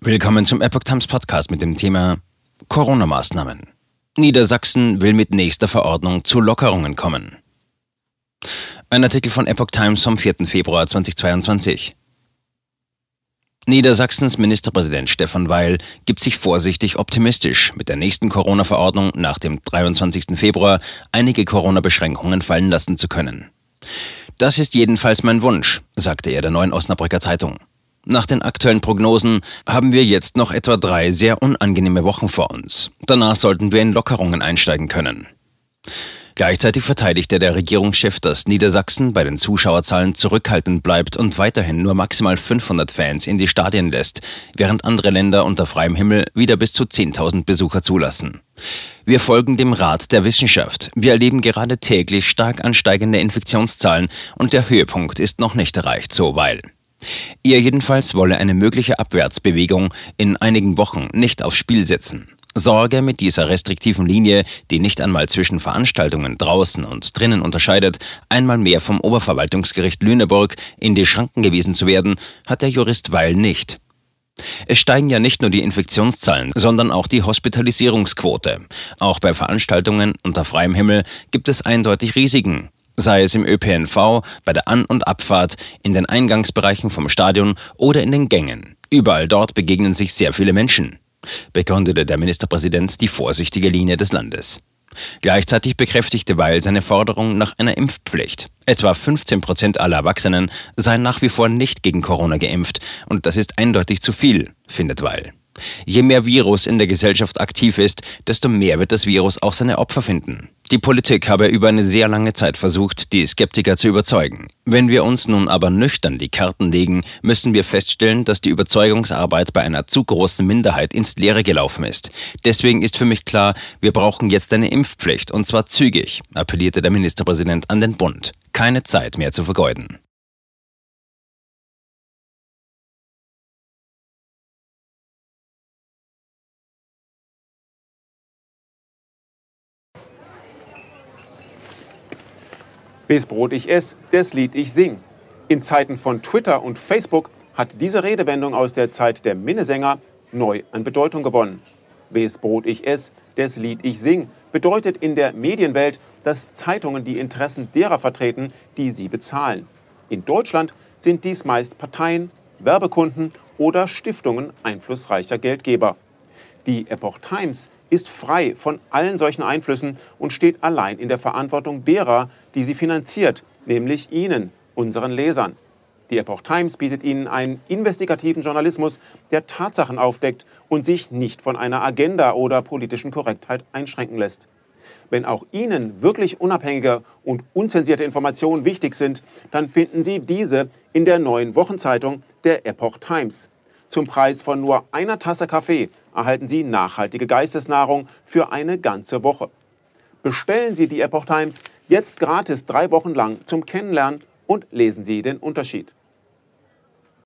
Willkommen zum Epoch Times Podcast mit dem Thema Corona-Maßnahmen. Niedersachsen will mit nächster Verordnung zu Lockerungen kommen. Ein Artikel von Epoch Times vom 4. Februar 2022. Niedersachsens Ministerpräsident Stefan Weil gibt sich vorsichtig optimistisch, mit der nächsten Corona-Verordnung nach dem 23. Februar einige Corona-Beschränkungen fallen lassen zu können. Das ist jedenfalls mein Wunsch, sagte er der Neuen Osnabrücker Zeitung. Nach den aktuellen Prognosen haben wir jetzt noch etwa 3 sehr unangenehme Wochen vor uns. Danach sollten wir in Lockerungen einsteigen können. Gleichzeitig verteidigte der Regierungschef, dass Niedersachsen bei den Zuschauerzahlen zurückhaltend bleibt und weiterhin nur maximal 500 Fans in die Stadien lässt, während andere Länder unter freiem Himmel wieder bis zu 10.000 Besucher zulassen. Wir folgen dem Rat der Wissenschaft. Wir erleben gerade täglich stark ansteigende Infektionszahlen und der Höhepunkt ist noch nicht erreicht, so Weil. Er jedenfalls wolle eine mögliche Abwärtsbewegung in einigen Wochen nicht aufs Spiel setzen. Sorge mit dieser restriktiven Linie, die nicht einmal zwischen Veranstaltungen draußen und drinnen unterscheidet, einmal mehr vom Oberverwaltungsgericht Lüneburg in die Schranken gewiesen zu werden, hat der Jurist Weil nicht. Es steigen ja nicht nur die Infektionszahlen, sondern auch die Hospitalisierungsquote. Auch bei Veranstaltungen unter freiem Himmel gibt es eindeutig Risiken. Sei es im ÖPNV, bei der An- und Abfahrt, in den Eingangsbereichen vom Stadion oder in den Gängen. Überall dort begegnen sich sehr viele Menschen, begründete der Ministerpräsident die vorsichtige Linie des Landes. Gleichzeitig bekräftigte Weil seine Forderung nach einer Impfpflicht. Etwa 15% aller Erwachsenen seien nach wie vor nicht gegen Corona geimpft und das ist eindeutig zu viel, findet Weil. Je mehr Virus in der Gesellschaft aktiv ist, desto mehr wird das Virus auch seine Opfer finden. Die Politik habe über eine sehr lange Zeit versucht, die Skeptiker zu überzeugen. Wenn wir uns nun aber nüchtern die Karten legen, müssen wir feststellen, dass die Überzeugungsarbeit bei einer zu großen Minderheit ins Leere gelaufen ist. Deswegen ist für mich klar, wir brauchen jetzt eine Impfpflicht und zwar zügig, appellierte der Ministerpräsident an den Bund. Keine Zeit mehr zu vergeuden. Wes Brot ich ess, des Lied ich sing. In Zeiten von Twitter und Facebook hat diese Redewendung aus der Zeit der Minnesänger neu an Bedeutung gewonnen. Wes Brot ich ess, des Lied ich sing bedeutet in der Medienwelt, dass Zeitungen die Interessen derer vertreten, die sie bezahlen. In Deutschland sind dies meist Parteien, Werbekunden oder Stiftungen einflussreicher Geldgeber. Die Epoch Times ist frei von allen solchen Einflüssen und steht allein in der Verantwortung derer, die sie finanziert, nämlich Ihnen, unseren Lesern. Die Epoch Times bietet Ihnen einen investigativen Journalismus, der Tatsachen aufdeckt und sich nicht von einer Agenda oder politischen Korrektheit einschränken lässt. Wenn auch Ihnen wirklich unabhängige und unzensierte Informationen wichtig sind, dann finden Sie diese in der neuen Wochenzeitung der Epoch Times. Zum Preis von nur einer Tasse Kaffee erhalten Sie nachhaltige Geistesnahrung für eine ganze Woche. Bestellen Sie die Epoch Times jetzt gratis 3 Wochen lang zum Kennenlernen und lesen Sie den Unterschied.